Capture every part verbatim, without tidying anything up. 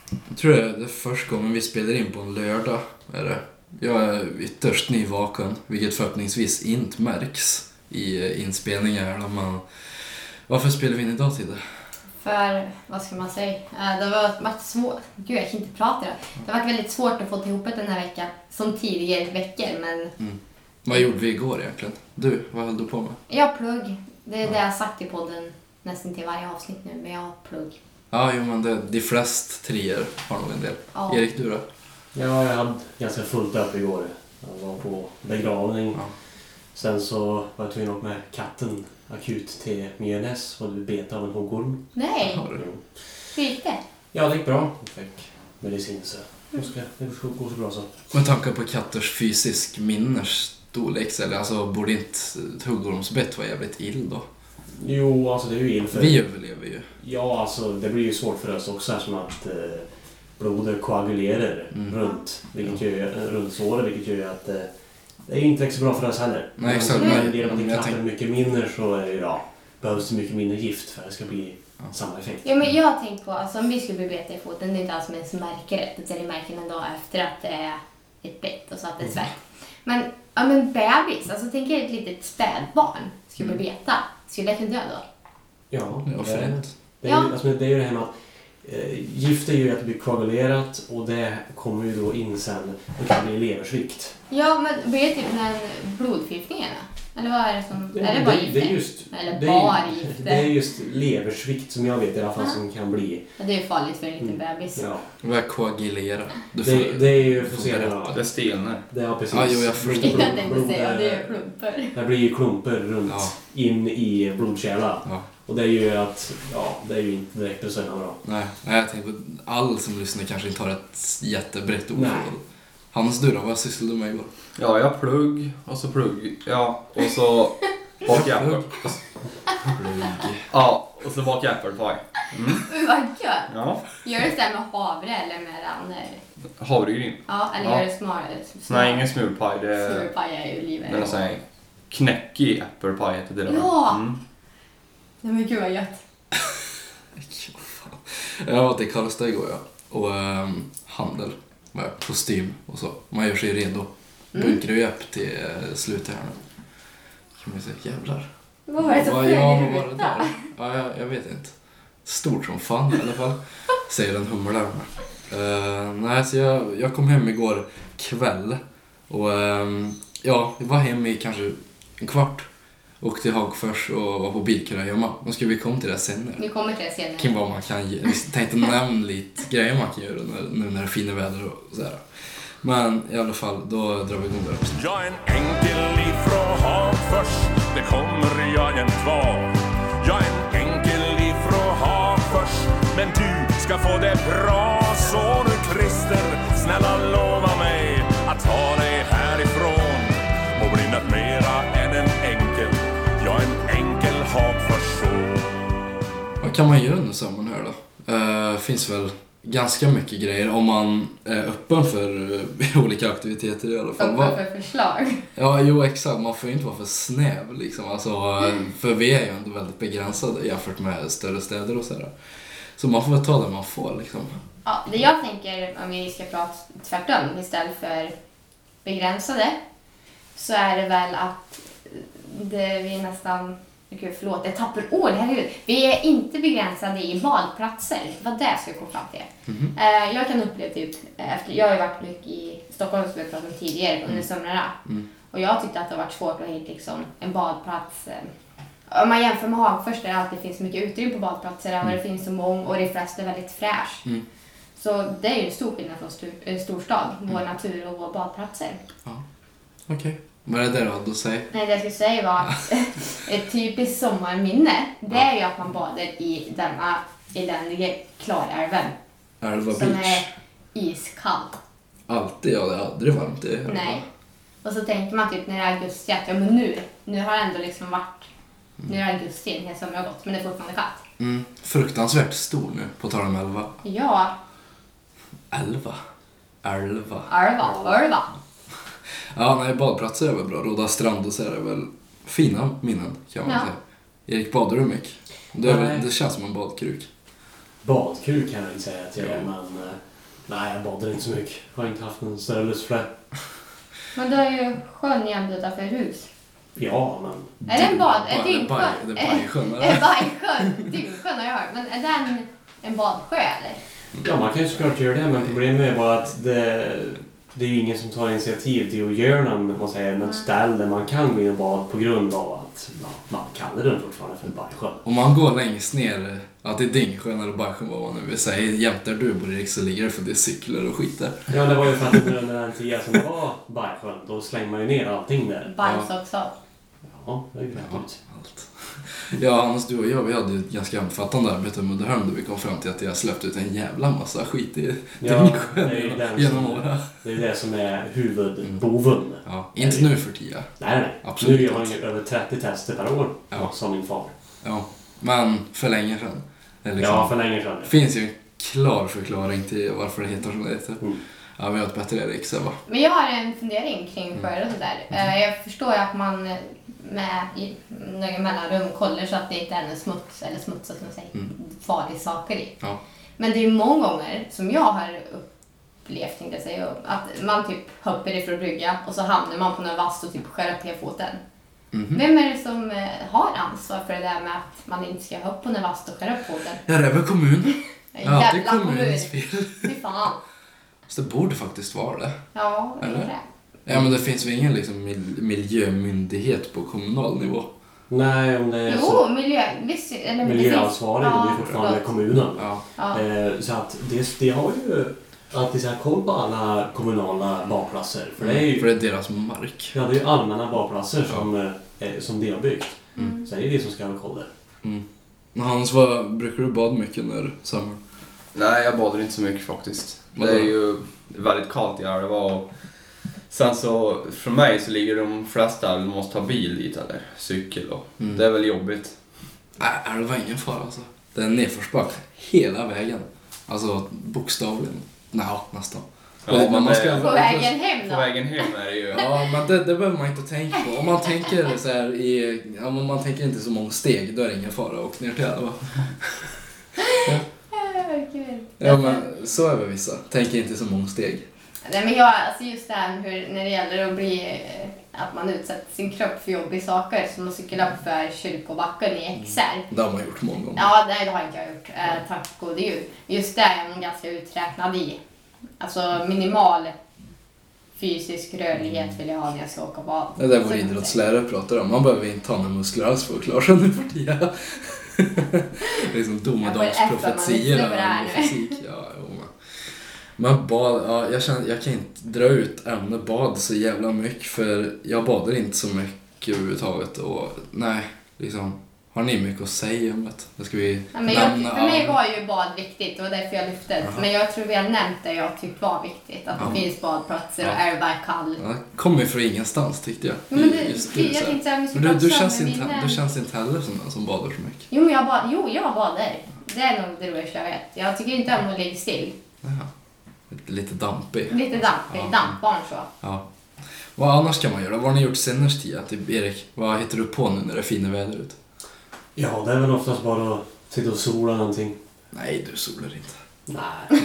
Jag tror det är det första gången vi spelar in på en lördag. Är det. Jag är ytterst nyvaken, vilket förhoppningsvis inte märks i inspelningar. Man... Varför spelar vi in idag till det? För, vad ska man säga, det har varit svårt, gud jag kan inte prata det. Det har varit väldigt svårt att få ihop det den här veckan, som tidigare veckor, men... Mm. Vad gjorde vi igår egentligen? Du, vad höll du på med? Jag plugg, det är det jag har sagt i podden nästan till varje avsnitt nu, men jag har plugg. Ja, jo, men det, de flest trier har nog en del. Ja. Erik, du då? Ja, jag hade ganska fullt upp igår. Jag var på begravning. Ja. Sen så var jag tvungen att åka med katten akut till Mjölnäs och blev bet av en huggorm. Nej! Hur gick det? Ja, det gick bra. Jag fick medicin så det ska gå så bra så. Med tanke på katters fysisk minnerstorlek, eller alltså borde inte huggormsbett vara jävligt ill då? Jo, alltså det är ju ill för... Vi överlever ju. Ja, alltså det blir ju svårt för oss också här, som att eh, blodet koagulerar mm. runt, vilket gör, runt såret, vilket gör att eh, det är inte så bra för oss heller. Nej, exakt. Men det är att katten tänk... mycket mindre så är det, ja, behövs det mycket mindre gift för att det ska bli ja. samma effekt. Ja, men jag har tänkt på, alltså om vi skulle bli beta i foten, det är inte alls som ens märker det. Det är märken en dag efter att det är ett bett och så att det är svett. Men, ja men bebis, alltså tänk er ett litet spädbarn skulle bli beta. Skulle det kunna dö då? Ja, det, det, är, det, är, ja. Alltså, det är ju det här med att eh, gift är ju att det blir koagulerat och det kommer ju då in sen och kan bli leversvikt. Ja, men blir det typ när blodförgiftningen? Eller vad är det som... Det, är det bara det, det är just, Eller det bara är, gifter? Det är just leversvikt som jag vet i alla fall ja. som kan bli... Ja, det är ju farligt för en liten bebis. Ja. Vad är koagulera? Det, det är ju... För se det. Det är stelnar. Det är precis. Ja, jo, jag förstår. Jag tänkte säga, det är klumpar. Det blir ju klumpar runt ja. in i blodkärlan. Ja. Och det är ju att, ja, det är ju inte direkt så bra. Nej, jag tänker på all som lyssnar kanske inte har ett jättebrett ord. Hans, du då, vad sysslade du med igår? Ja, jag plugg och så plugg. Ja, och så bak jag äppel. Plugg. Ja, och så bak jag äppelpaj. Mm. Vad gött. Ja. Gör du det med havre eller med ranner? Havregryn. Ja, eller ja. gör du smör? Nej, ingen smulpaj. Det... Smulpaj är ju livet. Det är sån knäckig äppelpaj heter det. Ja! Mm. Nej men gud vad gött. Jag var till Karlstad igår, ja. Och um, handel. Med kostym och så. Man gör sig redo. Mm. Bunkrar ju upp till uh, slutet här nu. Kan man säga, jävlar. Vad var det som flög ja, i vad var det där? Ja, jag, jag vet inte. Stort som fan i alla fall. Säger en hummer där. Uh, nej, så jag, jag kom hem igår kväll. Och um, ja, jag var hem i kanske en kvart. Åkte till Hagfors och var på bilkura hemma. Nu ska vi komma till det sen. Vi kommer till det sen. Kim vad man kan ge. Jag tänkte nämna lite grejer man kan göra när, nu när det är fina väder och sådär. Men i alla fall, då drar vi igång där också. Jag är en enkel ifrån Hagfors, det kommer jag en kvar. Jag är en enkel ifrån Hagfors, men du ska få det bra. Så nu Christer, snälla lova mig att ta dig härifrån och bli något mera än en enkel. Jag är en enkel Hagforsson. Vad kan man göra nu sommaren här då? Uh, finns väl ganska mycket grejer om man är öppen för uh, olika aktiviteter i alla fall. Öppen för förslag. Ja, jo exakt. Man får ju inte vara för snäv liksom. Alltså, uh, för vi är ju ändå väldigt begränsade jämfört med större städer och sådär. Så man får väl ta det man får liksom. Ja, det jag tänker om vi ska prata tvärtom istället för begränsade så är det väl att det vi nästan... Gud, förlåt, jag tappar ord, herregud. Vi är inte begränsade i badplatser. Vad det ska jag gå fram till. Mm-hmm. Jag kan uppleva typ, efter, jag har ju varit mycket i Stockholm som vi pratade om tidigare under mm. somrarna. Mm. Och jag tyckte att det har varit svårt att hitta liksom, en badplats. Om man jämför med Hagfors där det alltid finns mycket utrymme på badplatser. Mm. Och det finns så många och det flesta är väldigt fräsch. Mm. Så det är ju en stor skillnad från stor, storstad. Mm. Vår natur och våra badplatser. Ja, okej. Okay. Vad är det där du säger? Nej, det jag skulle säga var att ett typiskt sommarminne, det är ju att man badar i denna eländiga Klarälven. Älva som beach. är iskall. Alltid, ja, det är aldrig varmt det. Nej. Och så tänker man typ när det är augusti att ja men nu, nu har det ändå liksom varit, mm. nu är det augusti, en hel sommar har gått, men det är fortfarande kallt. Mm. Fruktansvärt stor nu, på tal om älva. Ja. Älva. Älva. Älva, älva. Ja, nej, badplatser är väl bra. Råda strand och så är det väl fina minnen kan man ja. säga. Erik, badar du mycket? Det, är väl, det känns som en badkruk. badkul kan jag inte säga att jag är, men eh, nej, jag badar inte så mycket. Jag har inte haft någon större lust för det. Men du har ju sjön jämt utanför hus. Ja, men... Är det en bad? Är Det är dyngsjön? baj- det är bajsjön, Är det bajsjön? Dyngsjön har jag hört. Men är den en badsjö eller? Ja, man kan ju såklart göra det, men problemet är bara att det, det är ju ingen som tar initiativ till att göra någon, man säger, något ställe där man kan gå in och bada på grund av att ja, man kallar den fortfarande för en bajsjön. Om man går längst ner, att det är Dyngsjön eller Bajsjön vad man nu vill säga, jämt där du bor i så ligger det för det är cyklar och skit där. Ja, det var ju för att under den tiden som det var bajsjön, då slänger man ju ner allting där. Bajs också. Ja, det är ju rätt Ja, ut. allt. Ja, Hannes, du och jag, vi hade ju ett ganska omfattande arbete med Uddeholm där vi kom fram till att jag släppt ut en jävla massa skit i Ja, Dyngsjön det är ju den genom som- åren. Det är det som är huvudboven. Ja, inte nu för tio. Nej, nej. Absolut Nu gör man inte. ju över trettio tester per år, Ja. som min far. Ja, men för länge sedan. Det är liksom, Ja, för länge sedan. finns ju en klar förklaring till varför det heter som det heter. Mm. Ja, vi har ett bättre Erik, så va? Men jag har en fundering kring sjöar och sådär. Eh, Jag förstår ju att man eh, med i några mellanrum kollar så att det inte är en smuts eller smutsat som man säger, Mm. farliga saker i. Ja. Men det är ju många gånger som jag har upplevt, tänkte jag säga, att man typ hoppar ifrån brygga och så hamnar man på någon vast och typ skär upp hela foten. Mhm. Vem är det som eh, har ansvar för det där med att man inte ska hoppa på någon vast och skära upp foten? Ja, det är väl kommun. Ja, det är Jävla kommun. kommunens fel. Fy fan. Så det borde faktiskt vara det. Ja, det är Eller? det. Ja, men det finns väl ingen liksom mil- miljömyndighet på kommunal nivå? Nej, om det är så. Jo, miljö... Visst, eller, Miljöansvarig, ja, det är fortfarande förlåt. kommunen. Ja. Ja. Eh, så att det, det har ju alltid så här koll på alla kommunala badplatser. För det är ju, För det är deras mark. ja, det är ju allmänna badplatser som, eh, som de har byggt. Mm. Så det är det som ska ha koll där. Mm. Men Hans, vad brukar du bada mycket när sommar? Nej, jag badar inte så mycket faktiskt. Vadå? Det är ju väldigt kallt i Älva och sen så för mig så ligger de flesta, du måste ha bil dit eller cykel och Mm. det är väl jobbigt. Nej, det var ingen fara alltså. Det är en nedförsbacke hela vägen. Alltså bokstavligen. Nej, nästan. Ja, Men men man ska- det- På vägen hem På då? vägen hem är det ju... Ja, men det, det behöver man inte tänka på. Om man tänker så här i, ja, om man tänker inte så många steg, då är det ingen fara att åka ner till Älva. Ja, kul. Ja, men så är väl vissa. Tänker inte så många steg. Nej, men jag, alltså just det här hur, när det gäller att bli, eh, att man utsätter sin kropp för jobbiga saker som att cykla upp för kyrkobacken i Exer. Det har man gjort många gånger. Ja, nej, det har inte jag gjort. Eh, tack gode gud. Just det är jag nog ganska uträknad i. Alltså minimal fysisk rörlighet vill jag ha när jag ska åka bad. Det där Så vår kan man idrottslärare pratar om. Man behöver inte ha några muskler alls för att klara sig nu för tiden. Det är som domedagsprofetier Jag får äta där man med fysik. Ja, jo, men. Men bad, ja, jag, känner, jag kan inte dra ut ämnet bad så jävla mycket för jag badar inte så mycket överhuvudtaget och nej, liksom, har ni mycket att säga om det? Det ska vi Ja, men jag, nämna. för mig var ju bad viktigt, det var därför jag lyfte det. Jaha. Men jag tror vi har nämnt det jag tyckte var viktigt. Att Ja. det finns badplatser och Ja. Älva är kall. Ja, det kommer ju från ingenstans tyckte jag. Ja, men det, Just jag så här. tänkte såhär, Men du, du, känns med inte, mina... du känns inte heller som den som badar så mycket. Jo, men jag, bad, jo, jag badar. Det är nog det roligaste jag vet. Jag tycker inte om att ligga still. Jaha. Lite, lite dampig. Lite dampig, Ja. dampbarn så. Ja. Vad annars kan man göra? Vad har ni gjort senast tid? Typ Erik, vad hittar du på nu när det är fina väder ut? Ja, det är väl oftast bara att sitta och sola någonting. Nej, du solar inte. Nej.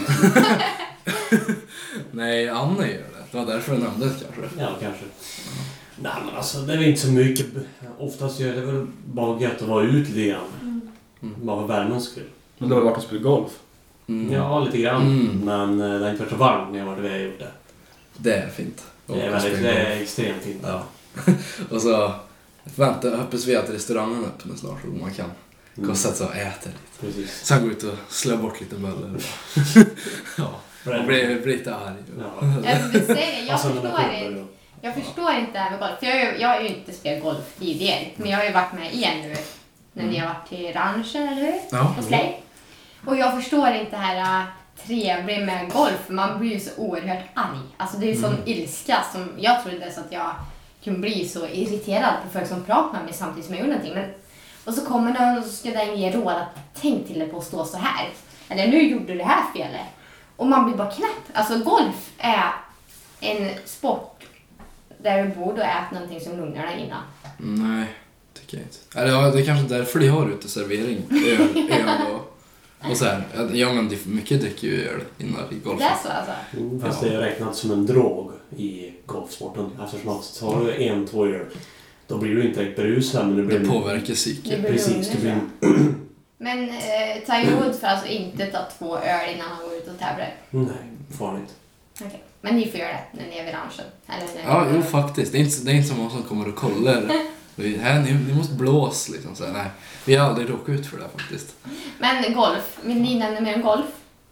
Nej, Anna gör det. Det var därför jag nämnde det kanske. Ja, kanske. Nej, men alltså det är väl inte så mycket. Oftast gör det väl bara gött att vara ut lite grann. Mm. Bara för värmens skull. Men du har varit och spelat golf? Mm. Ja, lite grann. Mm. Men eh, det har inte varit så varmt när jag varit iväg och gjort det. Det är fint. Det är, Och väldigt, springa det golf. är extremt fint. Ja. Och så vänta, hoppas vi att restaurangen öppnar snart så man kan gå Mm. och sätta sig och äta lite. Precis. Sen gå ut och slå bort lite böller. Ja, och bli, bli lite arg. Ja. Jag vill säga det, jag Alltså, den förstår där inte. då. Jag förstår inte det här med golf. För jag, har ju- jag har ju inte spelat golf tidigare. Men jag har ju varit med er nu. När ni har varit till ranchen, eller hur? Ja. På Slay. Och jag förstår inte det här äh, trevligt med golf. Man blir ju så oerhört arg. Alltså det är ju sån ilska som jag trodde så att jag kunde bli så irriterad på folk som pratar med mig samtidigt som jag gör någonting. Men, och så kommer någon och så ska den ge råd att tänk till det på att stå så här. Eller nu gjorde du det här felet. Och man blir bara knäpp. Alltså golf är en sport där du borde äta någonting som lugnar dig innan. Nej, tycker jag inte. Eller ja, det är kanske därför de har uteservering. Öl, öl och Och så här, ja men det, mycket dricker ju öl innan i golf. Det är så alltså? Mm, fast det är räknat som en drog i golfsporten. Eftersom att tar du en, två öl, då blir du inte direkt berusad. Men du blir det påverkar psyket. Precis, du blir... Men eh, Tiger Woods får alltså inte ta två öl innan han går ut och tävlar? Nej, farligt. Okej. Okay. Men ni får göra det när ni är vid ranchen? Eller när Ja, ni... jo faktiskt. Det är inte, det är inte så många som kommer och kollar. Vi, här, ni, ni måste blåsa liksom. Så här, nej, vi har aldrig råkat ut för det faktiskt. Men golf, vill ni nämna mer om golf?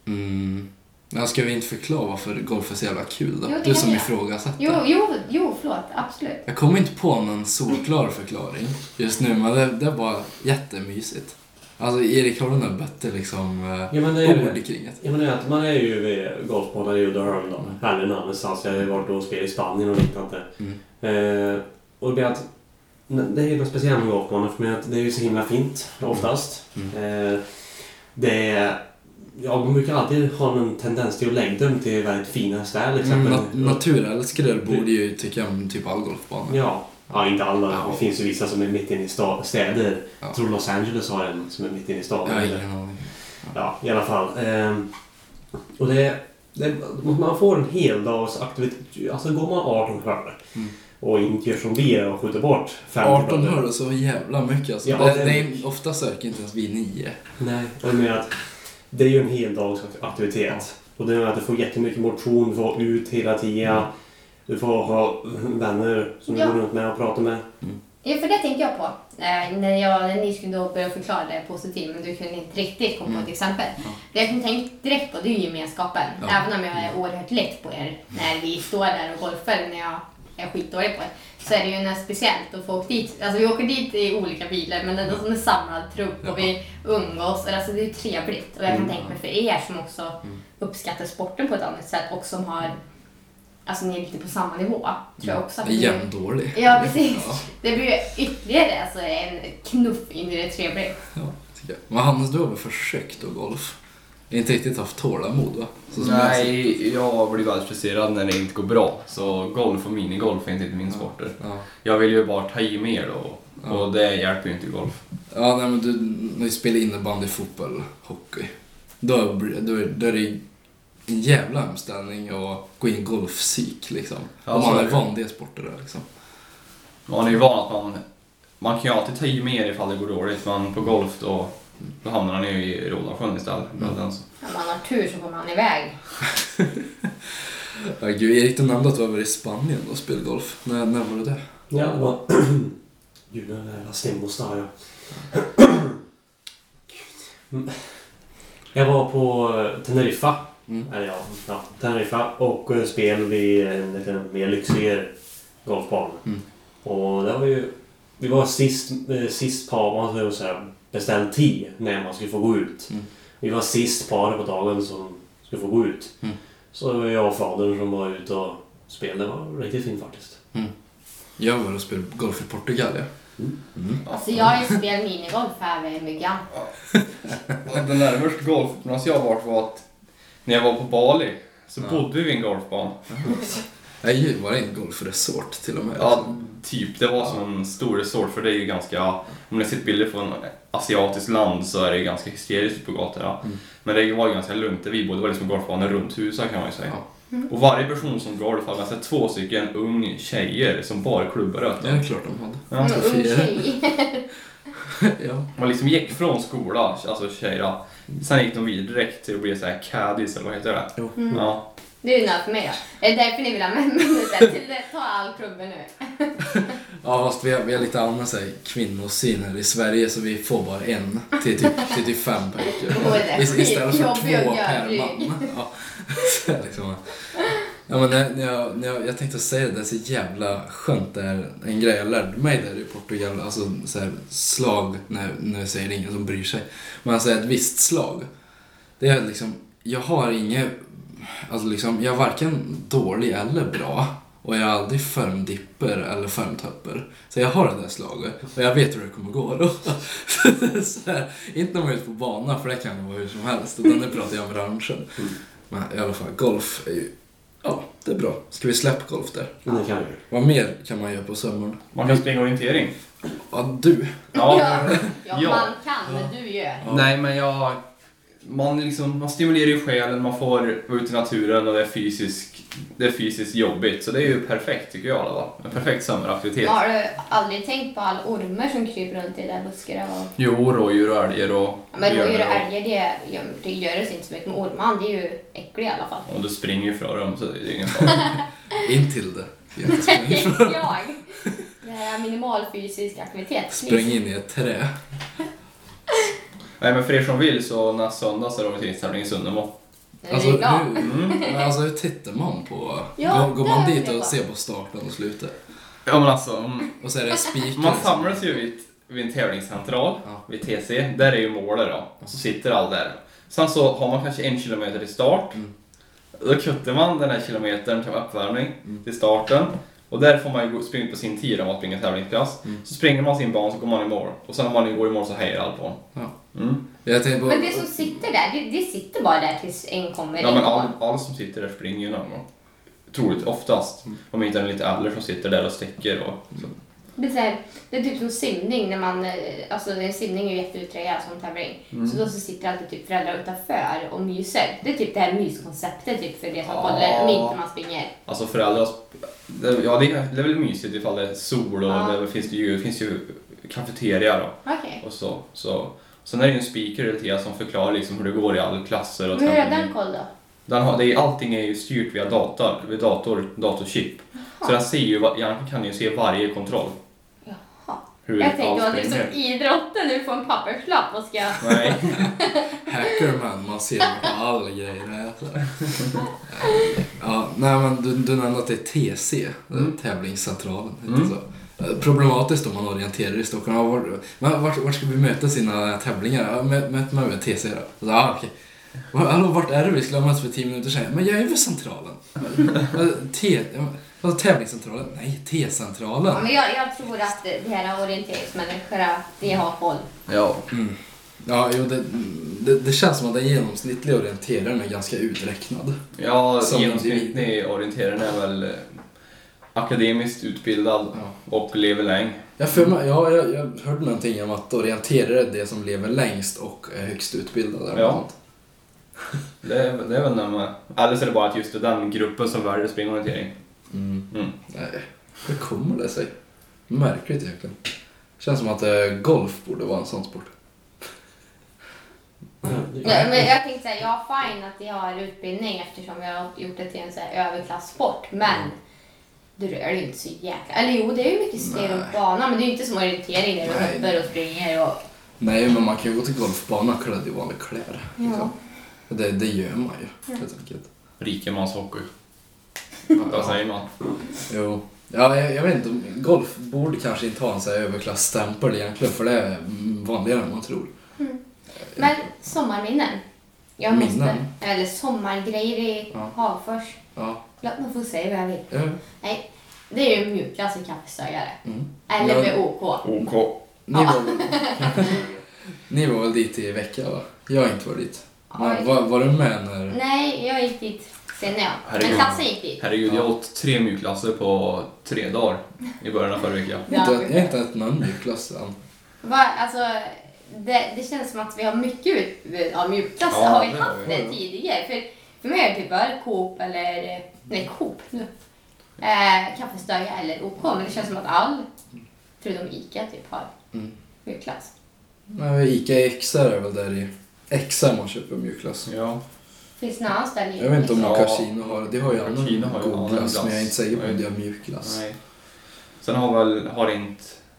Mm. Jag ska vi inte förklara varför golf är så jävla kul då? Jo, du som jag. ifrågasätter. Jo, jo, jo, förlåt, absolut. Jag kommer inte på någon solklar förklaring just nu, men det, det är bara jättemysigt. Alltså Erik har den där bättre liksom ja, men det är ord kring det. Ja, men det är att man är ju vid golfbanan i Durham då. Mm. Härlig någonstans. Jag har ju varit och spelat i Spanien och liknande. Mm. Eh, och det blir att det är ju något speciellt med golfbanan för mig att det är ju så himla fint oftast. Mm. Eh, det är jag brukar alltid ha en tendens till att lägga dem till väldigt fina städer. Mm, nat- naturälskare borde ju tycka om typ all golfbana. Ja. Ja, inte alla. Ja. Det finns ju vissa som är mitt inne i sta- städer. Ja. Jag tror Los Angeles har en som är mitt inne i staden. Ja, ingen aning. Ja, i alla fall. Ehm, och det, det, man får en hel dags aktivitet. Alltså går man arton hörn mm. och inte gör som vi är och skjuter bort femtio arton hörn så jävla mycket. Alltså. Ja, det, det, det är ofta söker inte ens vi nio. Nej, jag menar att det är ju en hel dags aktivitet. Ja. Och det är att du får jättemycket motion, du får ut hela tiden. Mm. Du får ha vänner som ja. du går runt med och pratar med. Mm. Ja, för det tänkte jag på. Eh, när, jag, när ni skulle då börja förklara det positivt, men du kunde inte riktigt komma på ett exempel. Ja. Det jag kunde tänka direkt på, det är ju gemenskapen. Ja. Även om jag är oerhört lätt på er när vi står där och golfar, när jag är skitdålig på det, så är det ju något speciellt att få åka dit. Alltså vi åker dit i olika bilar, men det är som en samlad trupp ja. och vi umgås. Alltså det är ju trevligt. Och jag kan mm. tänka mig för er som också mm. uppskattar sporten på ett annat sätt och som har... Alltså ni är lite på samma nivå, tror jag också. Det är jämndålig. Ja, precis. Ja. Det blir ytterligare alltså, en knuff in i det trevliga. Ja, tycker jag. Men Hannes, du har väl försökt att golf? Inte riktigt haft tålamod, va? Så Nej, jag blir väldigt frustrerad när det inte går bra. Så golf och minigolf är inte min sporter. Ja. Jag vill ju bara ta i mer då. Ja. Och det hjälper ju inte i golf. Ja, nej, men du, när du spelar innebandy, fotboll, hockey. Då, då, då är det en jävla omställning och gå in golfpsyk liksom. Ja, om man är van det sporter där liksom. Man är ju van att man man kan ju alltid ta i mer ifall det går dåligt, men på golf då, då hamnar man ju i Rådasjön istället. Mm. Om man har tur så kommer man iväg. Ja, gud, Erik, du nämnde att du var över i Spanien och spelade golf. När, när var du det? Ja, det var gud, den där stämbostad, ja. Jag var på Teneriffa. Mm. Eller ja, ja, Teneriffa och spel vid en lite mer lyxigare golfbana. Mm. Och det var ju, vi var sist, sist par, man skulle säga, beställd tid när man skulle få gå ut. Mm. Vi var sist par på dagen som skulle få gå ut. Mm. Så det var jag och fadern som var ute och spelade. Det var riktigt fint faktiskt. Mm. Jag var och spelade golf i Portugal, ja. Mm. Mm. Alltså jag har ju spelat minigolf här vid Myggan. Den närmaste golfen jag har varit var att när jag var på Bali så ja. bodde vi vid en golfbana. Nej, var det en golfresort till och med? Ja, typ. Det var ja. som en stor resort, för det är ju ganska... Om ni sitter bilder från asiatiskt land så är det ganska hysteriskt på gatorna. Mm. Men det var ju ganska lugnt. Vi bodde var liksom golfbanor runt huset, kan man ju säga. Ja. Mm. Och varje person som golfade, alltså två stycken ung tjejer som bara klubbade rött. Ja, det är klart de hade. Ja. Mm, ung tjej. Ja. Man liksom gick från skolan, alltså tjejer. Sen gick de vidare direkt till att bli så här caddies, eller vad heter det? Mm. Ja. Det är ju nöd för mig då. Det är därför ni vill ha med mig till det. Ta all klubben nu. Ja, fast vi har, vi har lite annan så här, kvinnosyn här i Sverige, så vi får bara en till typ, till typ fem pojkar. Istället för två per man. Ja. Så liksom. Ja, men när, när jag, när jag, jag tänkte säga det, det är så jävla skönt. Det är en grej jag lärde mig där i Portugal. Alltså så här, slag, när, när jag säger ingen som bryr sig. Man säger ett visst slag. Det är liksom, jag har inget, alltså liksom, jag är varken dålig eller bra. Och jag är aldrig förmdipper eller förmtöpper. Så jag har det där slaget. Och jag vet hur det kommer gå då. Så här, inte när man är ute på banan, för det kan ju vara hur som helst. Utan nu pratar jag om ranchen. Men i alla fall, golf är ju... Ja, det är bra. Ska vi släppa golf där? Ja, det kan vi. Vad mer kan man göra på sommaren? Man kan springa orientering. Ja, du. Ja, ja, ja man kan, men du gör. Ja. Nej, men jag... man, liksom, man stimulerar ju själen, man får vara ute i naturen och det är fysiskt, det är fysiskt jobbigt. Så det är ju perfekt tycker jag. Då. En perfekt sommaraktivitet. Har du aldrig tänkt på alla ormar som kryper runt i där buskar? Och... Jo, rådjur och älgar och... Ja, men rådjur och älgar, det gör, det gör det inte så mycket. Men orman, det är ju äckligt i alla fall. Och du springer ju från dem så det är ingen fara. In till det. Jag. Det här är minimal fysisk aktivitet. Spräng in i ett trä. Nej, men för er som vill så nästa söndag så är det orienteringstävling i Sunnemo. Alltså hur, Mm. men alltså hur tittar man på? Ja, går, går man det dit är och bra. ser på starten och slutet? Ja, men alltså... mm, Och så är det en speaker. Man samlas ju vid, vid en tävlingscentral, Ja. vid T C. Där är ju målet då. Och så sitter alla där. Sen så har man kanske en kilometer till start. Mm. Då kuttar man den här kilometern till uppvärmning Mm. till starten. Och där får man ju gå- springa på sin tid om man springer tävlingsklass. Mm. Så springer man sin ban så går man i mål. Och sen när man går i mål så hejar alla på. Ja. Mm. Jag tänkte på, Men det som sitter där, det, det sitter bara där tills en kommer Ja, in. men alla, alla som sitter där springer ju någon gång. Troligt, oftast. Mm. Om inte är lite äldre som sitter där och sticker. Och, så. Det är, så här, det är typ som simning när man, eh, alltså en simning är ju jätteutrejad som tävling. Mm. Så då så sitter alltid typ föräldrar utanför och myser. Det är typ det här myskonceptet typ för det som Ja. håller om inte man springer. Alltså föräldrar, det, ja det är, det är väl mysigt ifall det är sol och Ja. det finns det ju, det finns ju kafeteria då. Okej. Och så, så. Sen är det ju en speaker eller T som förklarar liksom hur det går i alla klasser. Och Men hur är tävlingar. den koll då? Den har, det är, allting är ju styrt via dator, via dator, datorchip. Så den ser ju, egentligen kan ju se varje kontroll. Jaha. Hur Jag tänkte att allt det är springer. som idrotten, du får en papperslapp och ska... Nej, Hackerman, man ser vart all grejer är. Så. Ja, nej men du, du nämnde att det är T C, Mm. tävlingscentralen. Mm. Inte så. Problematiskt om man orienterar i Stockholm. Ja, Vart, men vart, vart ska vi möta sina tävlingar? Ja, mö, möter man med T C då? Så, ja, okej. Va- Hallå, vart är det? Vi skulle ha mötts för tio minuter sedan. Men jag är vid centralen. Men, T, alltså, tävlingscentralen? Nej, T-centralen. Ja, men jag, jag tror att det här orienteringsmänniskorna, det har koll. ja. Mm. Ja, jo, det, det, det känns som att den genomsnittliga orienteraren är ganska uträknad. Ja, Som genomsnittlig orienteraren är väl eh, akademiskt utbildad Ja. och lever länge. Jag, för mig, ja, jag, jag hörde någonting om att orienterare är det som lever längst och är högst utbildade. eller Ja. något sånt. Det är, det är väl när man... Eller så är det bara att just det är den gruppen som väljer springorientering. Mm. Mm. Nej, hur kommer det sig? Märkligt egentligen. Känns som att eh, golf borde vara en sån sport. Ja, men jag tänkte säga, ja fine att de har utbildning eftersom jag har gjort det till en så här överklasssport, men Mm. det rör ju inte så jäkla... Eller jo, det är ju mycket steg Nej. och bana, men det är ju inte som orientering där du Nej. hoppar och springer och... Nej, men man kan ju gå till golfbanan klädd i vanliga kläder. Ja. Liksom. Det, det gör man ju, helt enkelt. Rikemanshockey. Ja, Vad säger man? Jo. Ja, jag, jag vet inte, golf borde kanske inte ha en så här överklassstämpel egentligen, för det är vanligare än man tror. Men sommarminnen. Jag måste... Minnen? Eller sommargrejer i Ja. Hagfors. Ja. Låt mig få säga vad jag vill. Ja. Nej, det är ju mjukglass i kaffestögare. Mm. Eller Ja. med OK. OK. Ni, var väl, ni var väl dit i veckan, va? Jag har inte varit dit. Men, Oj. var, var du med när... Nej, jag gick dit sen jag. Men Herregud. klassen gick dit. Herregud, jag åt tre mjukklasser på tre dagar i början av förra veckan. Jag har inte- jag har inte ätit någon mjukglass än. Va, alltså, det, det känns som att vi har mycket utbud av mjukglass. Ja, har vi det har haft vi. det tidigare? För, för mig är det typ bara Coop eller... Nej, Coop. Eh, kaffestöja eller OK. Men det känns som att all, förutom Ica, typ har Mm. mjukglass. Men Ica X R är väl där i X R man köper mjukglass. Ja. Finns det någon annan ställe? Jag vet inte om Ja. Casino har det. Det har ju annan Casino har ju god annan glass, glass. men jag är inte säker på om Nej. det har mjukglass. Nej. Sen har väl, har inte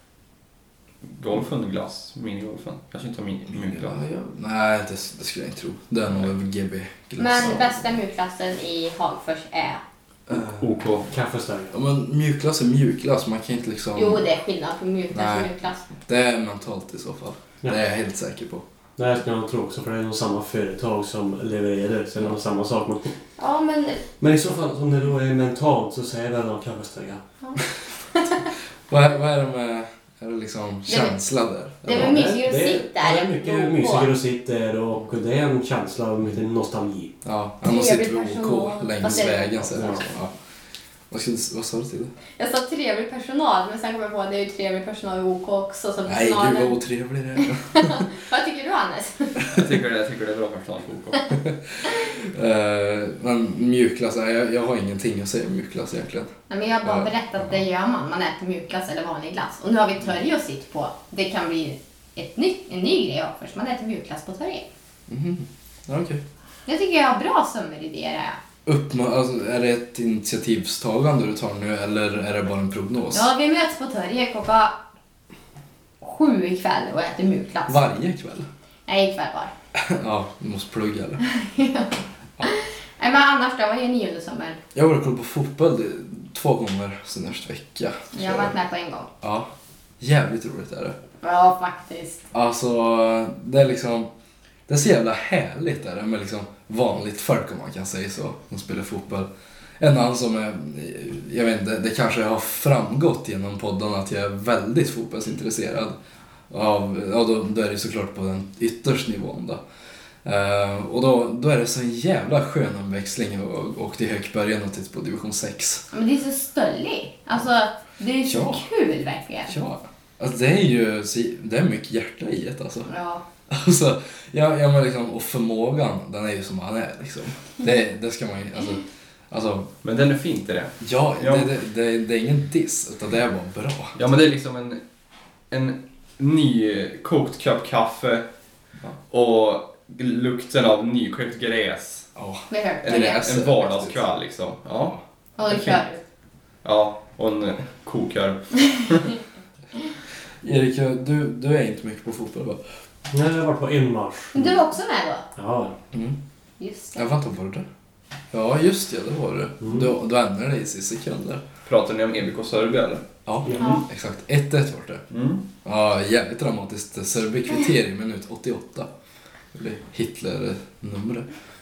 golfen glass, minigolfen. Kanske inte har min, mjukglass. Ja, ja. Nej, det, det skulle jag inte tro. Det är nog G B-glass. Men bästa mjukglassen i Hagfors är... Eh, OK. Kaffestöja. Ja, men mjukglass är mjukglass, man kan inte liksom... Jo, det är skillnad på mjukglass och Nej. mjukglass. Det är mentalt i så fall. Ja. Det är jag helt säker på. Det ska jag tro också, för det är nog samma företag som levererar, så det är nog samma sak. Men, Ja, men... men i så fall, om det då är mentalt, så säger jag nog kaffestöja. Vad är, vad är det med... Är det liksom Det är- känsla där? det är Eller? väl mysigare att det är- sitta ja, där. det är mycket Gå på. mysigare att sitta där, och det är en känsla av lite nostalgi. Ja, man sitter Trevlig vid OK person. längs Fast det- vägen. Så är det Ja. liksom, ja. Vad, skulle, vad sa du till det? Jag sa trevlig personal, men sen kom jag på att det är ju trevlig personal i OK också. Så Nej, personalen... gud vad otrevlig det är. Vad tycker du, Hannes? Jag tycker det, jag tycker det är bra personal på OK. uh, men mjukglass, nej, jag, jag har ingenting att säga om mjukglass egentligen. Nej, men jag har bara Ja. berättat att det gör man. Man äter mjukglass eller vanlig glass. Och nu har vi törje och sitt på. Det kan bli ett ny, en ny grej också. Man äter mjukglass på törje. Mhm. Ja, okej. Jag tycker jag har bra sommaridéer. Uppma- alltså, är det ett initiativstagande du tar nu eller är det bara en prognos? Ja, vi möts på törje klockan sju ikväll och äter mjukglass. Varje kväll? Nej, ikväll bara. Ja, du måste plugga eller? Nej, men annars då? Vad gör ni under sommaren? Jag har varit och kollat på fotboll det- två gånger sen nästa vecka. Jag har varit med på en gång. Ja, jävligt roligt är det. Ja, faktiskt. Alltså, det är liksom... Det är så jävla härligt där med liksom vanligt folk, om man kan säga så, som spelar fotboll. En annan som är, jag vet inte, det kanske har framgått genom podden att jag är väldigt fotbollsintresserad. Av, ja, då, då är det såklart på den yttersta nivån då. Uh, och då, då är det så en jävla skön omväxling och åka till Högbergen och titta på division sex. Men det är så stölligt. Alltså, det är så Ja. kul verkligen. Ja, alltså det är ju det är mycket hjärta i det alltså. Ja. Alltså, ja, ja men liksom, och förmågan, den är ju som han är liksom. Det, det ska man ju, alltså, alltså Men den är fint, är det? ja, Ja. Det, det, det, det är ingen diss, utan det är bara bra. Ja, men det är liksom en, en ny kokt kopp kaffe och lukten av nykokt gräs. Ja, Det är En, högt. Gräs. en vardagskväll liksom. Ja, Och det det är kör du. ja, och en kokar. Erik, du, du är inte mycket på fotboll va? Nej, jag har varit på en match. Du var också med då? Ja, Mm. Just det. Jag väntar på det. Ja, just det, det var det. Mm. Du, du ändrade dig i sista sekunder. Pratar ni om E B K Serbia eller? Ja, Ja. exakt. ett ett var det. Mm. Ja, jävligt dramatiskt. Serbien kvittering i minut åttioåtta. Det blir Hitler-numret.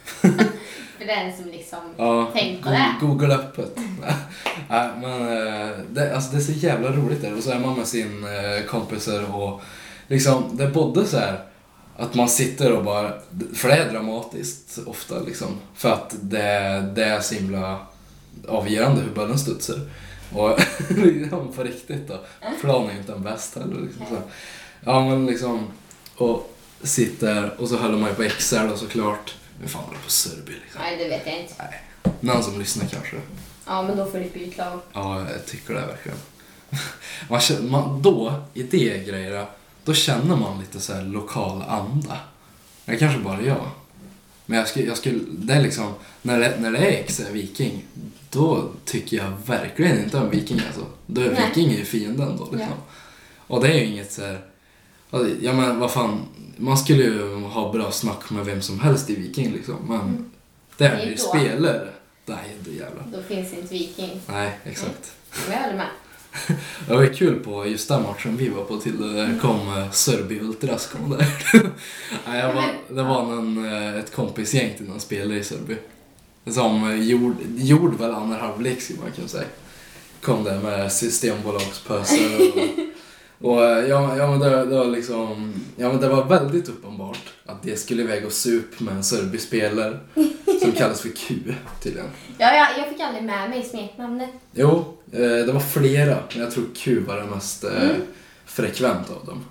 För den som liksom Ja, tänk på Go- det. Google öppet. Nej, men eh, det, alltså det är så jävla roligt där. Och så är man med sin eh, kompisar och liksom, det är både så här att man sitter och bara, för det är dramatiskt ofta liksom, för att det, det är så himla avgörande hur bollen studsar. Och liksom på riktigt då, planen är ju inte den bästa heller liksom, så. Ja men liksom, och sitter och så håller man ju på X R då såklart. Men fan var det på Serbien liksom. Nej, det vet jag inte. Någon som lyssnar kanske. Ja, men då får du byta lag. Ja, jag tycker det verkligen. Man känner, man, då, i det grejerna, då känner man lite så här lokal anda. Det kanske bara jag. Men jag skulle, jag skulle, det är liksom, när det, när det är X R Viking, då tycker jag verkligen inte om Viking alltså. Då är Nej. Viking är ju fienden då liksom. Ja. Och det är ju inget så här, alltså, ja men vad fan, man skulle ju ha bra snack med vem som helst i Viking liksom, men Mm. där Det är är ju då. spelare. Nej, det jävla. Då finns inte Viking. Nej, exakt. Men jag håller med. Det var ju kul på just den matchen vi var på till det kom eh, Sörby Ultras kom där. Nej, jag var, det var en, eh, ett kompisgäng till någon spelare i Sörby. Som eh, gjorde, gjorde väl andra halvlek skulle man kunna säga. Kom där med systembolagspöser och, och eh, ja, ja men det, det var liksom, ja men det var väldigt uppenbart att det skulle iväg och sup med en Sörby-spelare som kallas för Q tydligen. Ja, jag, jag fick aldrig med mig smeknamnet. Jo, eh, det var flera, men jag tror Q var det mest eh, Mm. frekvent av dem.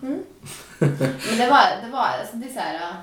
Men det var, det var, alltså det är så här, äh,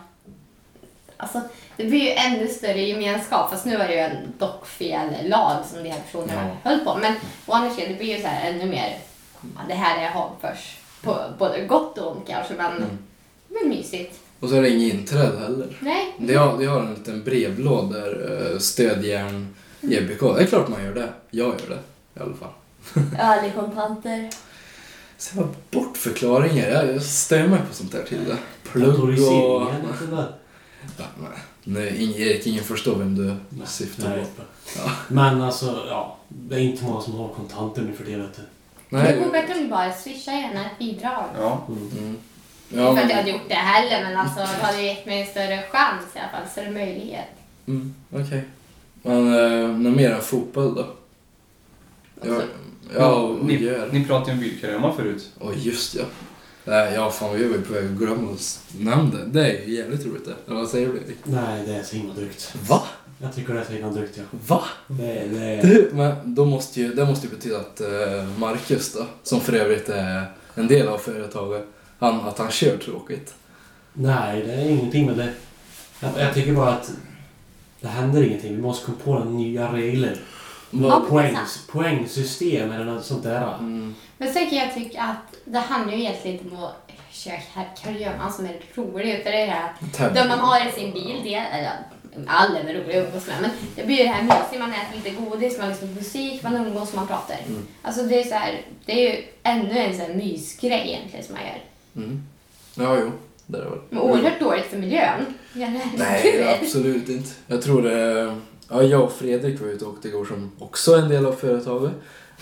alltså det blir ju ännu större gemenskap, fast nu var det ju en dock fel lag som de här personerna Ja. höll på. Men å andra sidan, det blir ju så här ännu mer, ja, det här är Hagfors på både gott och ont kanske, men, Mm. men mysigt. Och så är det ingen inträde heller. Nej. Det har, det har en liten brevlåda där, eh, stödjärn, E B K. Det är klart man gör det. Jag gör det i alla fall. Öl i kontanter. Så det var bortförklaringar. Jag, jag stör mig på sånt där till det. Plugg och... Datoriseringen och sådär. Ja, nej. Nej, ingen, Erik, ingen förstår vem du syftar Nej. på. Ja. Men alltså, ja. Det är inte många som har kontanter nu för det, vet du. Det Nej. vore bättre om du bara swisha gärna ett bidrag. Ja. Mm. Mm. Inte Ja, för att jag men, hade gjort det heller, men alltså det hade gett mig en större chans i alla fall, större möjlighet. mm, okej. Men eh, något mer än fotboll då? Ja, Alltså, ja och ni, gör. ni pratade ju om Bylkarema förut. Åh, just ja. Nej, ja, fan vi var ju på väg att glömma oss namn det. Det är ju jävligt roligt det. Eller vad säger du, Erik? Nej, det är så himla drygt. Va? Jag tycker det är så innan drygt, ja. Va? Det, det... Du, men då måste ju, det måste ju betyda att eh, Marcus då, som för övrigt är en del av företaget, han, att han kör tråkigt. Nej, det är ingenting med det. Jag, jag tycker bara att det händer ingenting. Vi måste komma på några nya regler. Ja, Poäng, poängsystem eller något sånt där. Mm. Men sen kan jag tycka att det handlar ju egentligen om att köra karriären som är rolig. Utan det är det här Tävling. där man har i sin bil, det eller alla är väl roliga att umgås med, men det blir ju det här mysigt, man äter lite godis, man lyssnar på musik, man umgås, man pratar. Mm. Alltså det är så här, det är ju ännu en sån här mysgrej egentligen som man gör. Mm. Ja, jo. Det är det väl. Men oerhört dåligt för miljön. Ja, det är Nej, kul. absolut inte. Jag tror det... Ja, jag och Fredrik var ute och åkte igår som också är en del av företaget.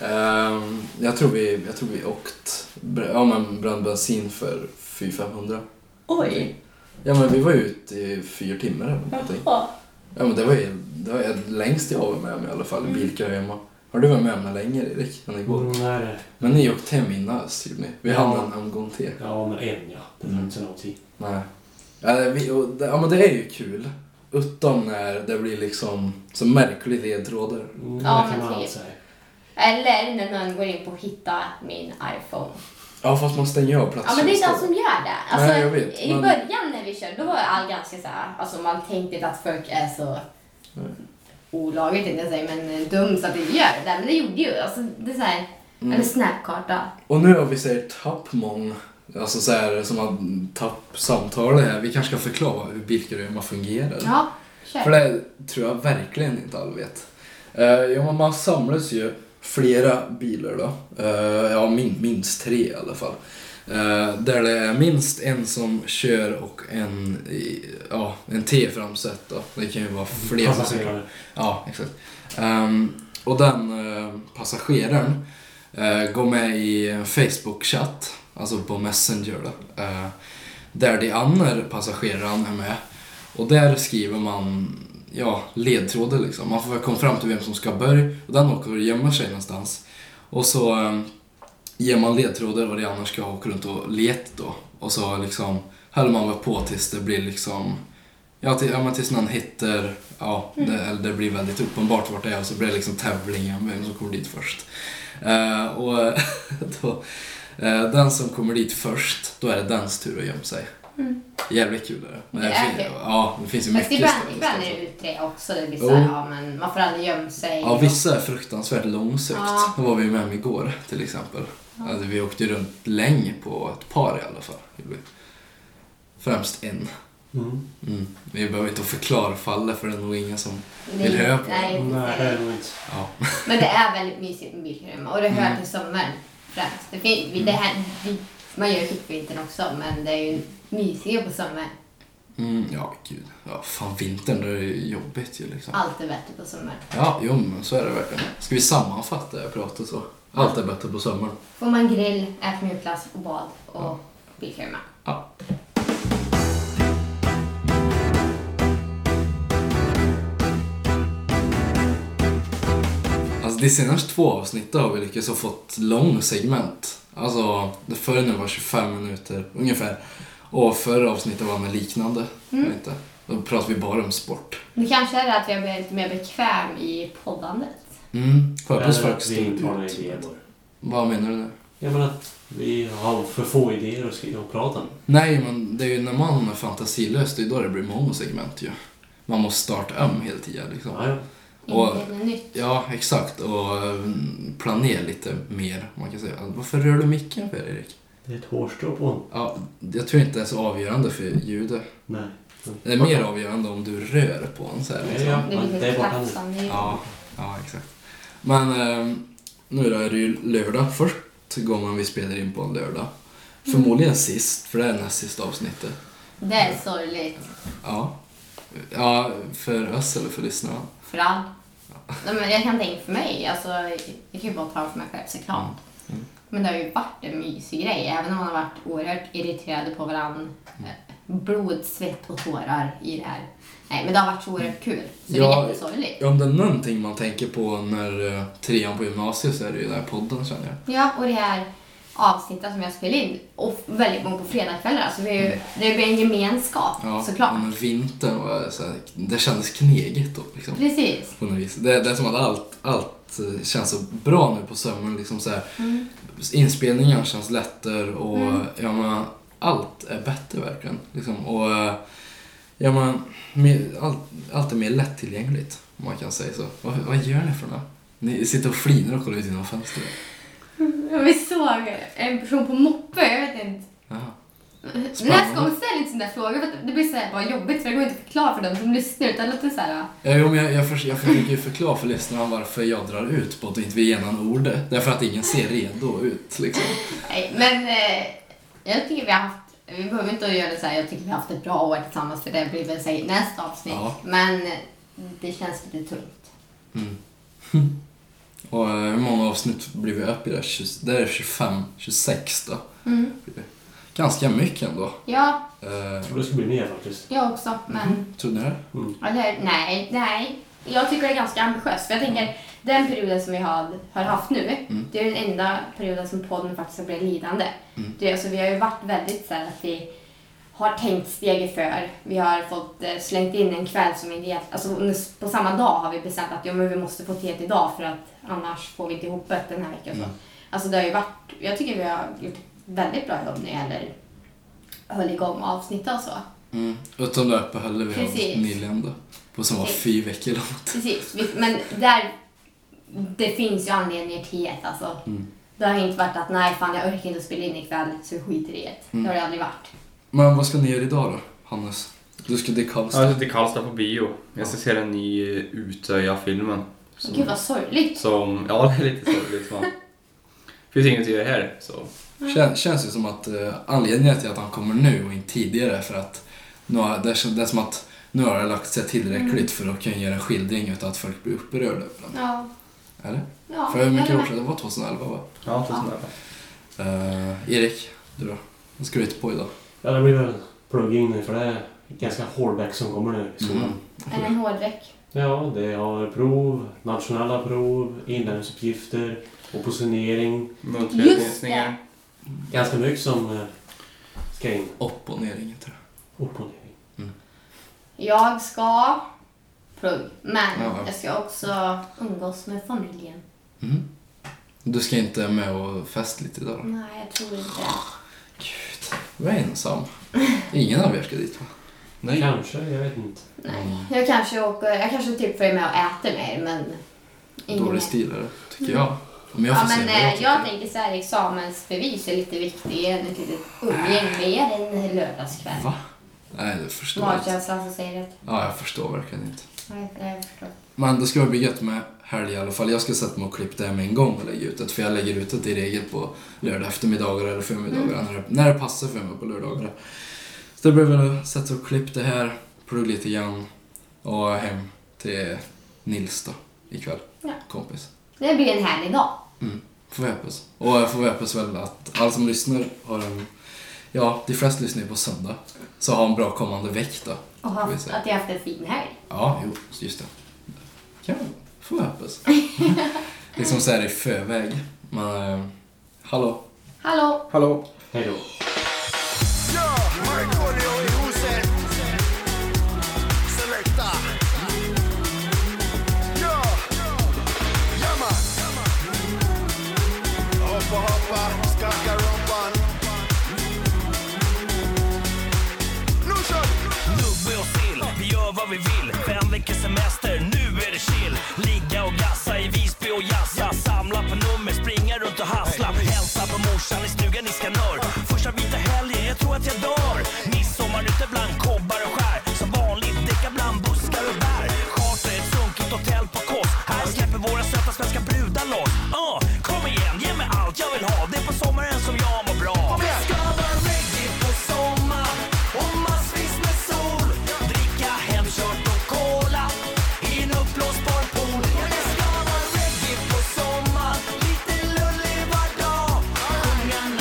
Um, jag tror vi, jag tror vi åkt ja, men brann bensin för fyra femhundra. Oj. Ja, men vi var ute i fyra timmar eller någonting. Jaha. Ja, men det var ju det var ju längst jag var med om i alla fall i bilkör hemma. Har du varit med om längre, Erik, än igår? Mm, nej, det... Men ni åkte hem innan oss, gjorde ni? Vi Ja. hade en omgång till. Ja, men en, ja. Det Mm. fanns en lång tid. Nej. Ja, det, vi, och det, ja, men det är ju kul. Utom när det blir liksom så märkliga ledtrådar. Mm, Ja, det kan men man typ. allt säga. Eller när någon går in på att hitta min iPhone. Ja, fast man stänger av platsen. Ja, men det är inte allt som gör det. Alltså, Nej, jag vet, i men- början när vi körde, då var all ganska så här, alltså man tänkte inte att folk är så Nej. olagligt, inte jag säga, men dum så att det gör det. Men det gjorde ju, alltså det är så här, Mm. eller snapkarta. Och nu har vi säger tappmång. Alltså så här som att tappsamtal här. Vi kanske ska förklara hur bilkröma fungerar. Ja, kör. För det tror jag verkligen inte alla vet. Uh, ja, men man samlas ju flera bilar då. Uh, ja, min, minst tre i alla fall. Uh, där det är minst en som kör och en, i- ja, en T-framsätt då. Det kan ju vara flera stycken. Passagerare. Ja, exakt. Um, och den uh, passageraren uh, går med i en Facebook-chatt, alltså på Messenger då, uh, där de andra passagerarna är med. Och där skriver man ja, ledtrådar liksom. Man får väl komma fram till vem som ska börja. Och den åker och gömmer sig någonstans. Och så um, ger man ledtrådar och de andra ska åka runt och leta då. Och så liksom håller man väl på tills det blir liksom... Ja, till, ja men tills någon hittar... Ja, det, eller det blir väldigt uppenbart vart det är. Och så blir det liksom tävlingen vem som kommer dit först. Uh, och då... uh, den som kommer dit först, då är det dens tur att gömma sig. Mm. Jävligt kul är det. Men Det det är fin- kul. Ja, det finns ju Fast mycket ibland, ställen, ibland alltså. är det ut tre också. Det blir så Jo. här, ja, men man får aldrig gömma sig. Ja, vissa är fruktansvärt långsökt. Ja. Det var vi med om igår till exempel. Ja. Alltså, vi åkte ju runt länge på ett par i alla fall. Främst en. Mm. Mm. Vi behöver inte förklara fallet för det är nog ingen som... Nej, vill höra på nej, Nej, det är nog inte. Ja. Men det är väldigt mysigt med bilkröma och det hör Mm. till sommaren främst. Det fin- det här, vi, man gör ju på vintern också, men det är ju mysigare på sommaren. Mm, ja, gud. Ja, fan vintern, det är ju jobbigt ju liksom. Allt är bättre på sommaren. Ja, jo men så är det verkligen. Ska vi sammanfatta det jag pratar så? Allt är bättre på sommaren. Får man grill, ät mjukglass och bad och bilkröma. Ja. Alltså de senaste två avsnitten har vi lyckats ha fått lång segment. Alltså det förra nu var tjugofem minuter ungefär. Och förra avsnittet var med liknande. Mm. Jag vet inte. Då pratar vi bara om sport. Det kanske är att vi har blivit lite mer bekväm i poddandet. Mm. Hoppas Eller folk att vi stod inte har några ut. idéer. Vad menar du nu? Jag menar att vi har för få idéer att skriva och prata om. Nej, men det är ju när man är fantasilös, det är då det blir många segment ju. Man måste starta om hela tiden liksom. Ja, ja. Och- Inte något nytt. Ja, exakt. Och mm, planera lite mer, man kan säga. Varför rör du micken för, Erik? Det är ett hårstrå på en. Ja, jag tror inte det är så avgörande för ljudet. Nej. Det är mer avgörande om du rör på en så här, liksom. Ja, Det men blir det är lite bara klapsande. Ja, ja, exakt. Men ehm, nu är det ju lördag. Först gången vi spelar in på en lördag. Förmodligen sist, för det är näst sista avsnittet. Det är sorgligt. Ja. Ja, för oss eller för lyssnarna. För all. Nej, men jag kan tänka för mig, alltså, jag kan ju bara tala för mig själv såklart. Mm. Men det har ju varit en mysig grej, även om man har varit oerhört irriterade på varandra. Mm. Blod, svett och tårar i det här. Nej, men det har varit så oerhört kul. Så det Ja, är jättesorgligt. Om det är någonting man tänker på när uh, trean på gymnasiet så är det ju den här podden, känner jag. Ja, och det här avsnitten som jag spelar in. Och väldigt många på fredagskvällar. Alltså vi är ju, det blir en gemenskap, Ja, såklart. men vintern var så här, det kändes knegigt då liksom. Precis. På något vis. Det, det är som att allt, allt eh, känns så bra nu på sommaren. Liksom så här, Mm. inspelningen känns lättare och Mm. ja, men, allt är bättre verkligen. Liksom. Och eh, ja, men, mer, allt, allt är mer lättillgängligt, om man kan säga så. Vad, vad gör ni för något? Ni sitter och flinar och kollar ut genom fönstret. Vi såg en person på moppe, jag vet inte. Ja. Nästa gång ställ inte sån där frågor, för att det blir så här bara jobbigt, för det går inte att förklara för dem som lyssnar, utan lite så här. Ja, jo, men jag, jag, för, jag försöker ju förklara för lyssnarna varför jag drar ut på att inte vi ger någon ord. Därför att ingen ser redo ut, liksom. Nej, men eh, jag tycker vi har haft, vi behöver inte göra det så här, jag tycker vi har haft ett bra år tillsammans, för det blir väl säg nästa avsnitt. Ja. Men eh, det känns lite tungt. Mm. Och eh, hur många avsnitt blir vi upp i det? tjugo, det är tjugofem, tjugosex då. Mm. Ganska mycket ändå. Ja, Eh, Jag tror det ska bli mer faktiskt. jag också, men tror ni det? Mm. eller nej, nej. Jag tycker det är ganska ambitiöst, för jag tänker den perioden som vi har, har haft nu, Mm. det är den enda perioden som podden faktiskt har blivit lidande. Mm. Det, alltså, vi har ju varit väldigt så här att vi har tänkt steget för. Vi har fått eh, slängt in en kväll som inte, alltså på samma dag har vi bestämt att ja, men vi måste få till idag, för att annars får vi inte ihop det den här veckan. Mm. Så. Alltså det har ju varit, jag tycker vi har gjort ett väldigt bra jobb när det gäller höll igång avsnitt och så. Mm. Utom det uppehållet vi Precis. har nyligen då. På som var Precis. fyra veckor långt. Precis, vi- men där, det finns ju anledningar till det, alltså. Mm. Det har inte varit att nej fan jag orkar inte spela in ikväll så vi skiter i det. Mm. Det har det aldrig varit. Men vad ska ni göra idag då, Hannes? Du ska till Ja, Karlstad. jag ska till Karlstad på bio. Jag ska se den ny Utöja-filmen. Som- Gud vad sorgligt. Som, ja, det är lite sorgligt. Man. Finns inget att göra här, så. Kän, känns ju som att eh, anledningen till att han kommer nu och inte tidigare är för att nu har, det, är, det är som att nu har det lagt sig tillräckligt Mm. för att kunna göra en skildring utan att folk blir upprörda. Ja. Eller? Ja, För hur mycket jag år är sedan? Det var tjugoelva va? Ja, tusen ja. Uh, Erik, du då? Vad ska du ut på idag? Ja, det blir väl plugging nu, för det är ganska hårdväck som kommer nu i skolan. med en hårdräck. Ja, det har prov, nationella prov, inlärningsuppgifter, oppositionering. Muntliga Just läsningar. Ganska mycket som eh, ska in. Opponering tror jag. Opponering. Jag ska plugg, men Ja. jag ska också umgås med familjen. Mm. Du ska inte med och fest lite idag då? Nej, jag tror inte det. Gud, jag är ensam. Ingen av er ska dit va? Nej. Kanske, jag vet inte. Nej. Jag kanske åker, jag kanske typ följer med och äter mer, men ingen Dålig mer. stil är det, tycker jag. Om jag Ja, får se men vad eh, jag jag, tycker. tänker så här, examensbevis är lite viktigare än ett litet umgäng med en lördagskväll. Va? Nej, det förstår jag inte. Magkänslan som säger det. Ja, jag förstår verkligen inte. Nej, jag förstår. Men det ska bli gött med helg i alla fall. Jag ska sätta mig och klippa det här med en gång och lägga ut det. För jag lägger ut det i regel på lördag eftermiddagar eller förmiddagar. När, det, när det passar för mig på lördagar. Så det blir väl att sätta och klippa det här, plugga lite grann och hem till Nils då ikväll. Ja. Kompis. Det blir en härlig dag. Mm. Får vi hoppas. Och jag får hoppas väl att alla som lyssnar har en... Ja, de flesta lyssnar ju på söndag. Så har en bra kommande veck då. Och får vi haft, se. att jag haft en fin helg. Ja, jo, just det. Kan man få hoppas. Liksom så här i förväg. Men, eh, hallå? Hallå! Hallå? Hej då. Ja, Markoolio i huset. Selecta. Ja, ja man. Hoppa, hoppa, skaka rumpan. Nu kör vi! Nubbe och sill, vi gör vad vi vill. Fem veckors semester, nu är det chill. Ligga och gassa i Visby och jassa. Samla på nummer, springa runt och hassla. Hälsa på morsan i stugan i Skanör. Första vita helgen, jag tror att jag dör. Midsommar ute bland kobbar och skär. Som vanligt, däcka bland buskar och bär. Charter ett sunkigt hotell på Kos. Här släpper våra söta svenska brudar loss. Uh, kom igen, ge mig allt jag vill ha. Det är på sommaren som jag mår bra. Det ska vara reggae på sommar. Och massvis med sol. Dricka hemkört och cola i en uppblåsbar pool. Ja, det ska vara reggae på sommar. Lite lullig var dag. Sjunga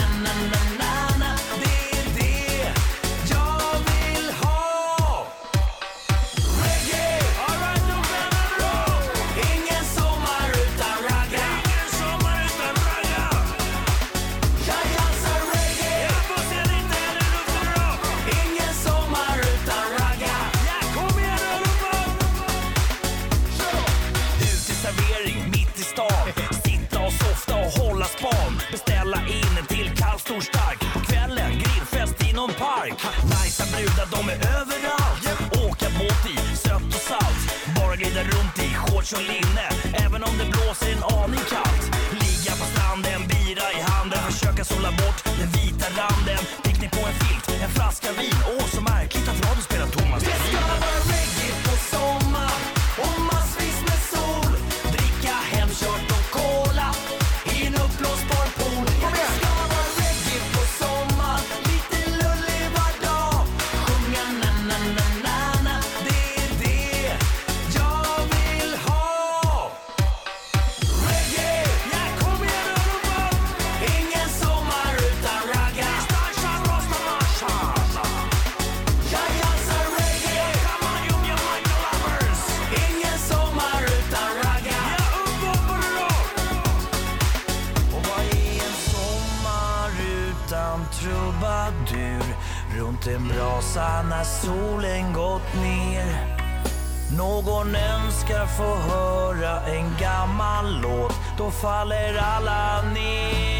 stor stark. På kvällen, grillfest i någon park. Najsa brudar, de är överallt. Åka båt i sött och salt. Bara glida runt i shorts och linne. Även om det blåser en aning kallt. Ligga på stranden, bira i handen. Försöka sola bort den vita randen. Picknick på en filt, en flaska vin. Åh, så märkligt att radio spelar Thomas. Det ska vara reggae på sommar och massvis med sol. Dricka hemkört och cola i en uppblåsbar pool. Det ska vara reggae på sommar, lite lullig var dag. Sjunga na na na na na, det är det jag vill ha. Reggae, jag kommer igen och ropa. Ingen sommar utan ragga. Jag dansar reggae. Ingen sommar utan ragga. Och vad är en sommar utan trubadur? Runt en brasa när solen gått ner. Någon önskar få höra en gammal låt. Då faller alla ner.